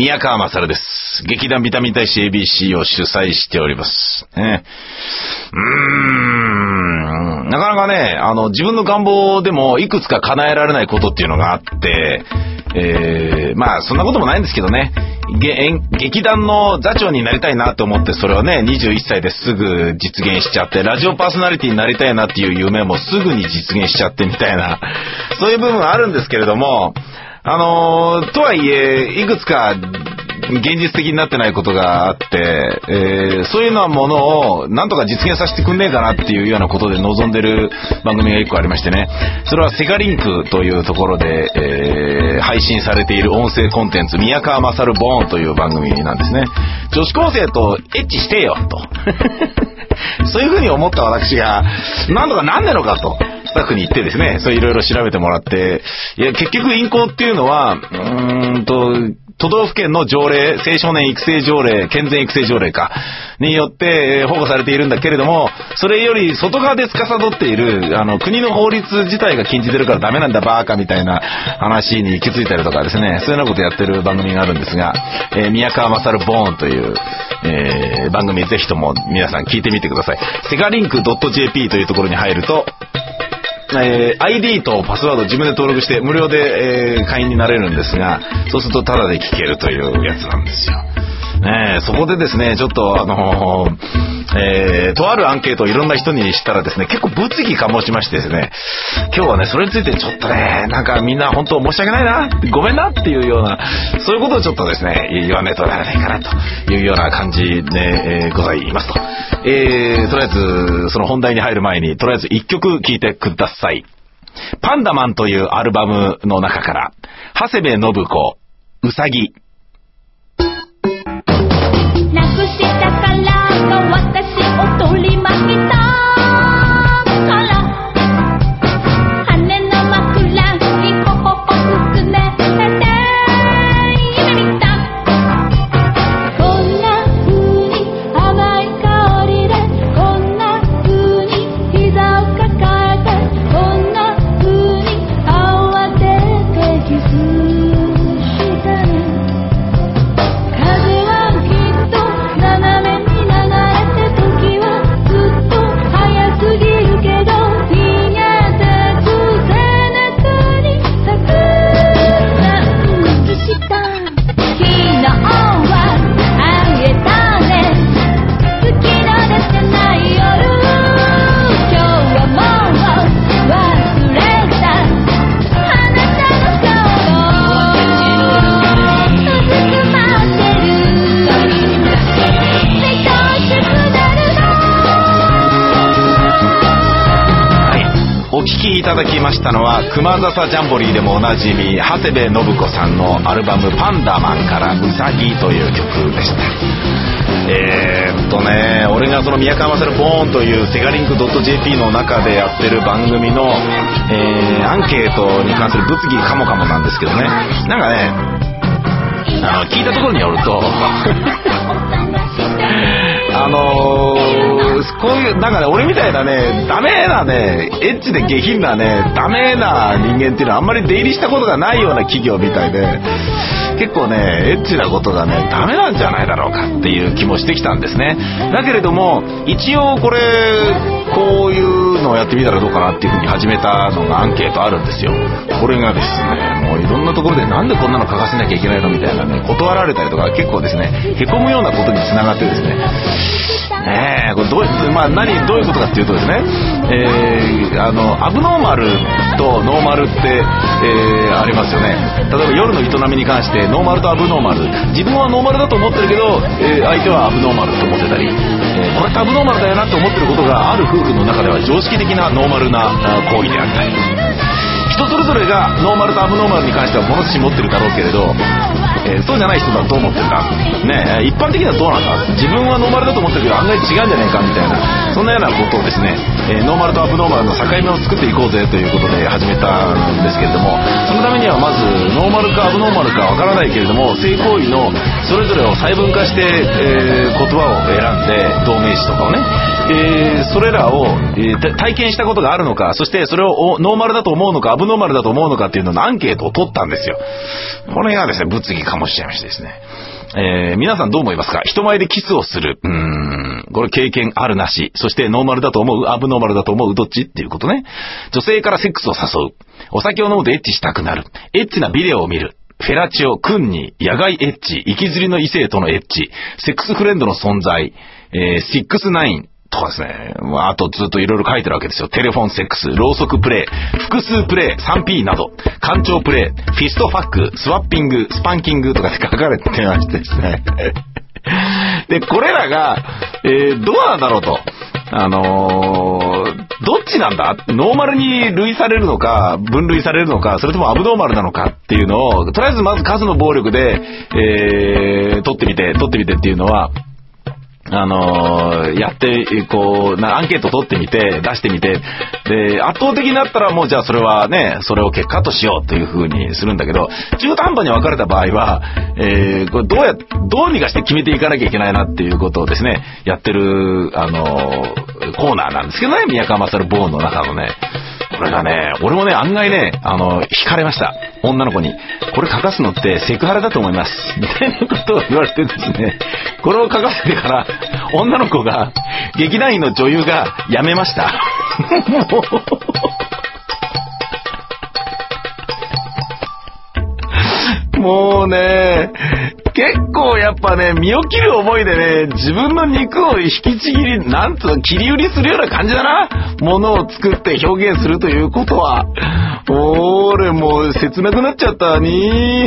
宮川勝です。劇団ビタミン大使 ABC を主催しております。なかなかね、自分の願望でもいくつか叶えられないことっていうのがあって、まあそんなこともないんですけどね、劇団の座長になりたいなと思って、それをね21歳ですぐ実現しちゃって、ラジオパーソナリティになりたいなっていう夢もすぐに実現しちゃってみたいな、そういう部分あるんですけれども、とはいえいくつか現実的になってないことがあって、そういうようなものをなんとか実現させてくんねえかなっていうようなことで望んでる番組が一個ありましてね、それはセガリンクというところで、配信されている音声コンテンツ、宮川勝ボーンという番組なんですね。女子高生とエッチしてよとそういう風に思った私がなんとかなんねえのかとスタッフに言ってですね、それいろいろ調べてもらって、いや結局淫行っていうのは都道府県の条例、青少年育成条例、健全育成条例かによって保護されているんだけれども、それより外側で司っている国の法律自体が禁じてるからダメなんだバーカみたいな話に行き着いたりとかですね、そういうようなことやってる番組があるんですが、宮川勝ボーンという、番組ぜひとも皆さん聞いてみてください。セガリンク .jp というところに入ると、ID とパスワード自分で登録して無料で、会員になれるんですが、そうするとタダで聞けるというやつなんですよ。そこでですね、ちょっととあるアンケートをいろんな人にしたらですね、結構物議かもしましてですね、今日はねそれについてちょっとね、なんかみんな本当申し訳ないな、ごめんなっていうような、そういうことをちょっとですね言わねえとならないかなというような感じで、ございますと。とりあえずその本題に入る前にとりあえず一曲聴いてください。パンダマンというアルバムの中から長谷部信子うさぎ。 なくしたからが私を取り巻いたから羽の枕にほほほ含めて夢見た。こんな風に甘い香りで、こんな風に膝を抱えて、こんな風に慌ててキスしてね。風はきっと斜めに流れて、時はずっと早すぎるけど、逃げてく背中に咲く靴下。昨日はあげたね、好きの出せない夜。今日はもう忘れたあなたの顔をうずくまってる。愛しくなるの。 はい、お聴きいただきましたのは熊笹ジャンボリーでもおなじみ長谷部信子さんのアルバムパンダマンからうさぎという曲でした。俺がその宮川勝ボーンというセガリンク .jp の中でやってる番組の、アンケートに関する物議かもかもなんですけどね、なんかね聞いたところによるとこういうなんかね、俺みたいなねダメなねエッチで下品なねダメな人間っていうのはあんまり出入りしたことがないような企業みたいで、結構ねエッチなことがねダメなんじゃないだろうかっていう気もしてきたんですね。だけれども一応こういうのをやってみたらどうかなっていうふうに始めたのがアンケートあるんですよ。これがですね、もういろんなところでなんでこんなの書かせなきゃいけないのみたいなね断られたりとか、結構ですねへこむようなことにつながってですね、これどういうことかっていうとですね、アブノーマルとノーマルって、ありますよね。例えば夜の営みに関してノーマルとアブノーマル、自分はノーマルだと思ってるけど、相手はアブノーマルと思ってたり、これってアブノーマルだよなって思ってることがある夫婦の中では常識的なノーマルな行為であったり、人それぞれがノーマルとアブノーマルに関しては物差し持ってるだろうけれど、そうじゃない人だとどう思ってるんだね、一般的にはどうなんだ、自分はノーマルだと思ってるけど案外違うんじゃないかみたいな、 そんなようなことをですね、ノーマルとアブノーマルの境目を作っていこうぜということで始めたんですけれども、そのためにはまずノーマルかアブノーマルかわからないけれども、性行為のそれぞれを細分化して、言葉を選んで同名詞とかをね、それらを、体験したことがあるのか、そしてそれをノーマルだと思うのかアブノーマルだと思うのかっていうののアンケートを取ったんですよ。これがですね、物議かもしれましてですね、皆さんどう思いますか？人前でキスをする。これ経験あるなし。そしてノーマルだと思う？アブノーマルだと思う？どっちっていうことね。女性からセックスを誘う。お酒を飲むとエッチしたくなる。エッチなビデオを見る。フェラチオ、クンニ、野外エッチ、行きずりの異性とのエッチ、セックスフレンドの存在、6-9とかですね。あとずっといろいろ書いてるわけですよ。テレフォンセックス、ろうそくプレイ、複数プレイ、3P など、干潮プレイ、フィストファック、スワッピング、スパンキングとかって書かれてましてですね。で、これらが、どうなんだろうと。どっちなんだ？ノーマルに類されるのか、分類されるのか、それともアブノーマルなのかっていうのを、とりあえずまず数の暴力で、取ってみてっていうのは、やって、アンケート取ってみて、出してみて、で、圧倒的になったらもうじゃあそれはね、それを結果としようという風にするんだけど、中途半端に分かれた場合は、これどうにかして決めていかなきゃいけないなっていうことをですね、やってる、コーナーなんですけどね、宮川勝ボーンの中のね、これがね、俺もね、案外ね、惹かれました。女の子に。これ書かすのってセクハラだと思います。みたいなことを言われてですね、これを書かせてから、女の子が、劇団員の女優が辞めました。もうね、結構やっぱね、身を切る思いでね、自分の肉を引きちぎり、切り売りするような感じだな。ものを作って表現するということは。俺もう切なくなっちゃったに。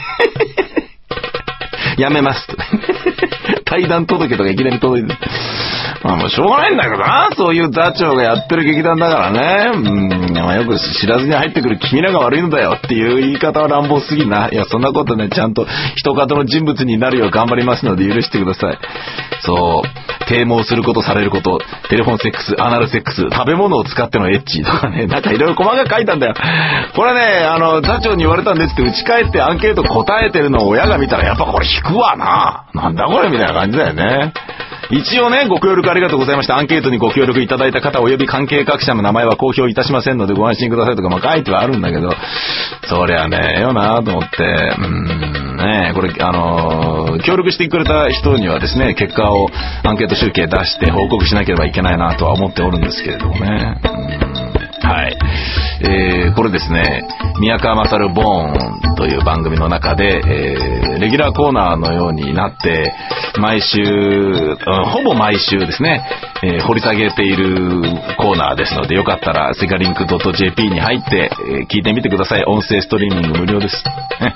やめます。退団届とかいきなり届いて。まあもうしょうがないんだけどな、そういう座長がやってる劇団だからね。まあよく知らずに入ってくる君らが悪いのだよっていう言い方は乱暴すぎな。いや、そんなことね、ちゃんと人方の人物になるよう頑張りますので許してください。そう。啓蒙することされること、テレフォンセックス、アナルセックス、食べ物を使ってのエッチとかね、なんかいろいろ細かく書いたんだよ。これね、座長に言われたんですって打ち返ってアンケート答えてるのを親が見たらやっぱこれ引くわな。なんだこれみたいな感じだよね。一応ね、ご協力ありがとうございました。アンケートにご協力いただいた方及び関係各社の名前は公表いたしませんのでご安心くださいとか、まあ書いてはあるんだけど、そりゃねえよなと思って、ねえ、これ協力してくれた人にはですね、結果をアンケート集計出して報告しなければいけないなとは思っておるんですけれどもね。はい。これですね、宮川勝ボーンという番組の中で、レギュラーコーナーのようになって、毎週、ほぼ毎週ですね、掘り下げているコーナーですので、よかったらセガリンク .jp に入って、聞いてみてください。音声ストリーミング無料です。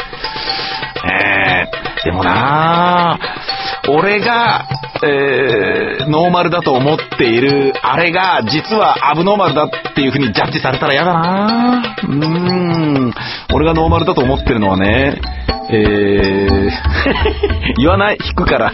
でもなぁ、俺が、ノーマルだと思っているあれが実はアブノーマルだっていう風にジャッジされたら嫌だなぁ。俺がノーマルだと思ってるのはね、言わない、引くから。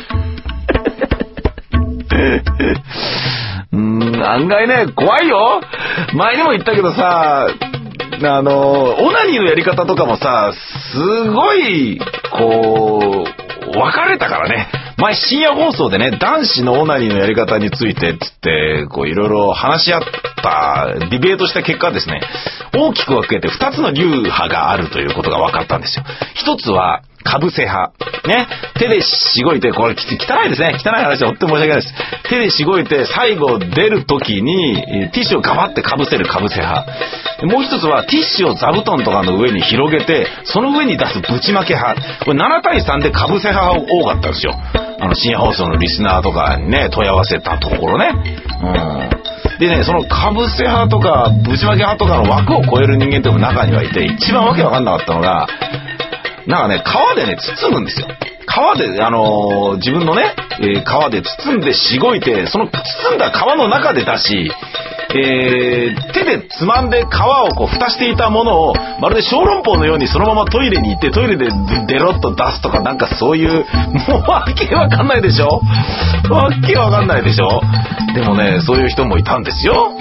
案外ね、怖いよ。前にも言ったけどさ、オナニーのやり方とかもさ、すごい分かれたからね。前深夜放送でね、男子のオナニーのやり方についてつっていろいろ話し合ったディベートした結果ですね、大きく分けて2つの流派があるということが分かったんですよ。一つはかぶせ派ね、手でしごいて、これ汚いですね、汚い話で本当に申し訳ないです。手でしごいて最後出るときにティッシュをガバってかぶせるかぶせ派。もう一つはティッシュを座布団とかの上に広げてその上に出すぶちまけ派。これ7対3でかぶせ派が多かったんですよ。深夜放送のリスナーとかにね問い合わせたところね。でね、そのかぶせ派とかぶちまけ派とかの枠を超える人間っても中にはいて、一番わけわかんなかったのが、なんかね、皮でね包むんですよ。皮で自分のね、皮で包んでしごいて、その包んだ皮の中で出し、 手でつまんで皮をこう蓋していたものをまるで小籠包のようにそのままトイレに行ってトイレでデロッと出すとか、なんかそういう、もうわけわかんないでしょ、わけわかんないでしょ。でもね、そういう人もいたんですよ。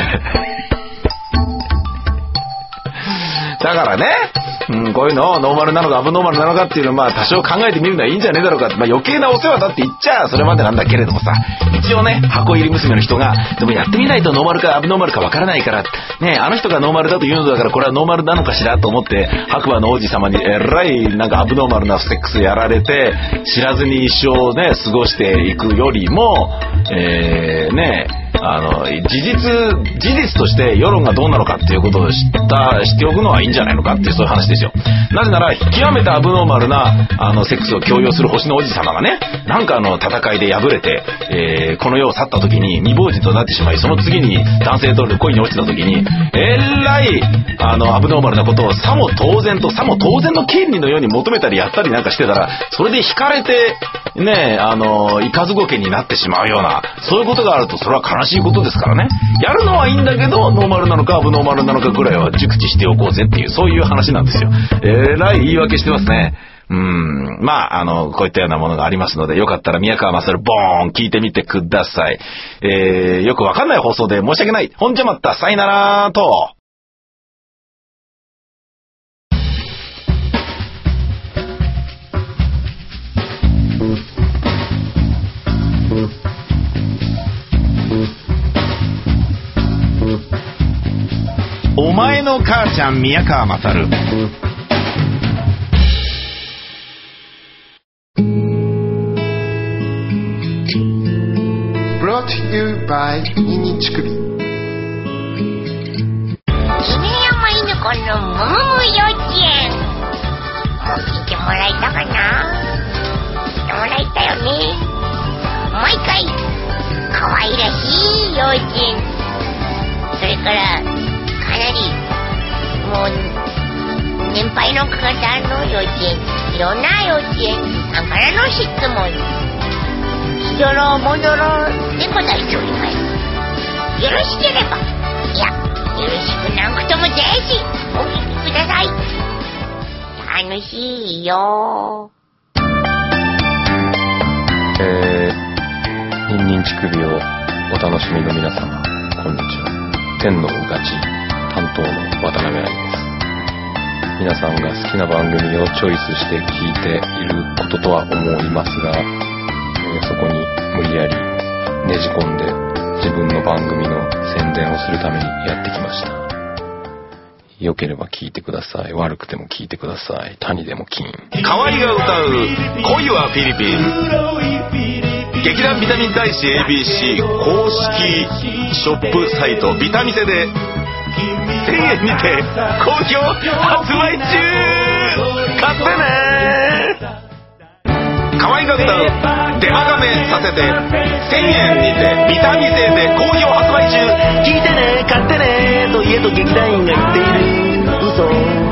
だからね、こういうのをノーマルなのかアブノーマルなのかっていうのを多少考えてみるのはいいんじゃねえだろうかって、余計なお世話だって言っちゃそれまでなんだけれどもさ、一応ね、箱入り娘の人がでもやってみないとノーマルかアブノーマルかわからないからね、あの人がノーマルだと言うのだからこれはノーマルなのかしらと思って白馬の王子様にえらいなんかアブノーマルなセックスやられて知らずに一生ね過ごしていくよりも事実として世論がどうなのかっていうことを知っておくのはいいんじゃないのかっていうそういう話ですよ。なぜなら極めてアブノーマルなセックスを強要する星の王子様がね、なんか戦いで敗れて、この世を去った時に未亡人となってしまい、その次に男性と恋に落ちた時にえらいアブノーマルなことをさも当然の権利のように求めたりやったりなんかしてたら、それで惹かれてねイカズゴケになってしまうようなそういうことがあると、それは悲しいことですからね。やるのはいいんだけどノーマルなのかアブノーマルなのかぐらいは熟知しておこうぜっていう、そういう話なんですよ。えらい言い訳してますね。こういったようなものがありますので、よかったら宮川勝ボーン聞いてみてください。よくわかんない放送で申し訳ない。ほんじゃまった、さいならと。お前の母ちゃん宮川勝。 Brought to you by ニンニン乳首。 犬山犬子のムムム幼稚園。もう聞いてもらえたかな？聞いてもらえたよね。毎回可愛らしい幼稚園、それからかなりもう年配の方の幼稚園、いろんな幼稚園さんからの質問、しどろもどろで答えております。よろしければ、いやよろしくなくともぜひお聞きください。楽しいよ。 ニンニン乳首をお楽しみの皆様、こんにちは。天のガチ担当の渡辺愛です。皆さんが好きな番組をチョイスして聞いていることとは思いますが、そこに無理やりねじ込んで自分の番組の宣伝をするためにやってきました。良ければ聞いてください。悪くても聞いてください。谷でも金。 河合が歌う恋はフィリピン。劇団ビタミン大使 ABC 公式ショップサイトビタミセで1000円にて好評発売中。買ってね。河合が歌うデマガメさせて1000円にてビタミセで好評発売中。聞いてね、買ってねと家と劇団員が言っている嘘。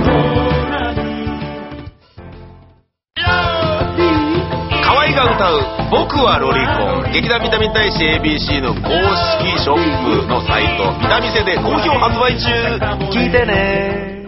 河合が歌う僕はロリコン、劇団ビタミン大使 ABC の公式ショップのサイトビタミセで好評発売中。聞いてね。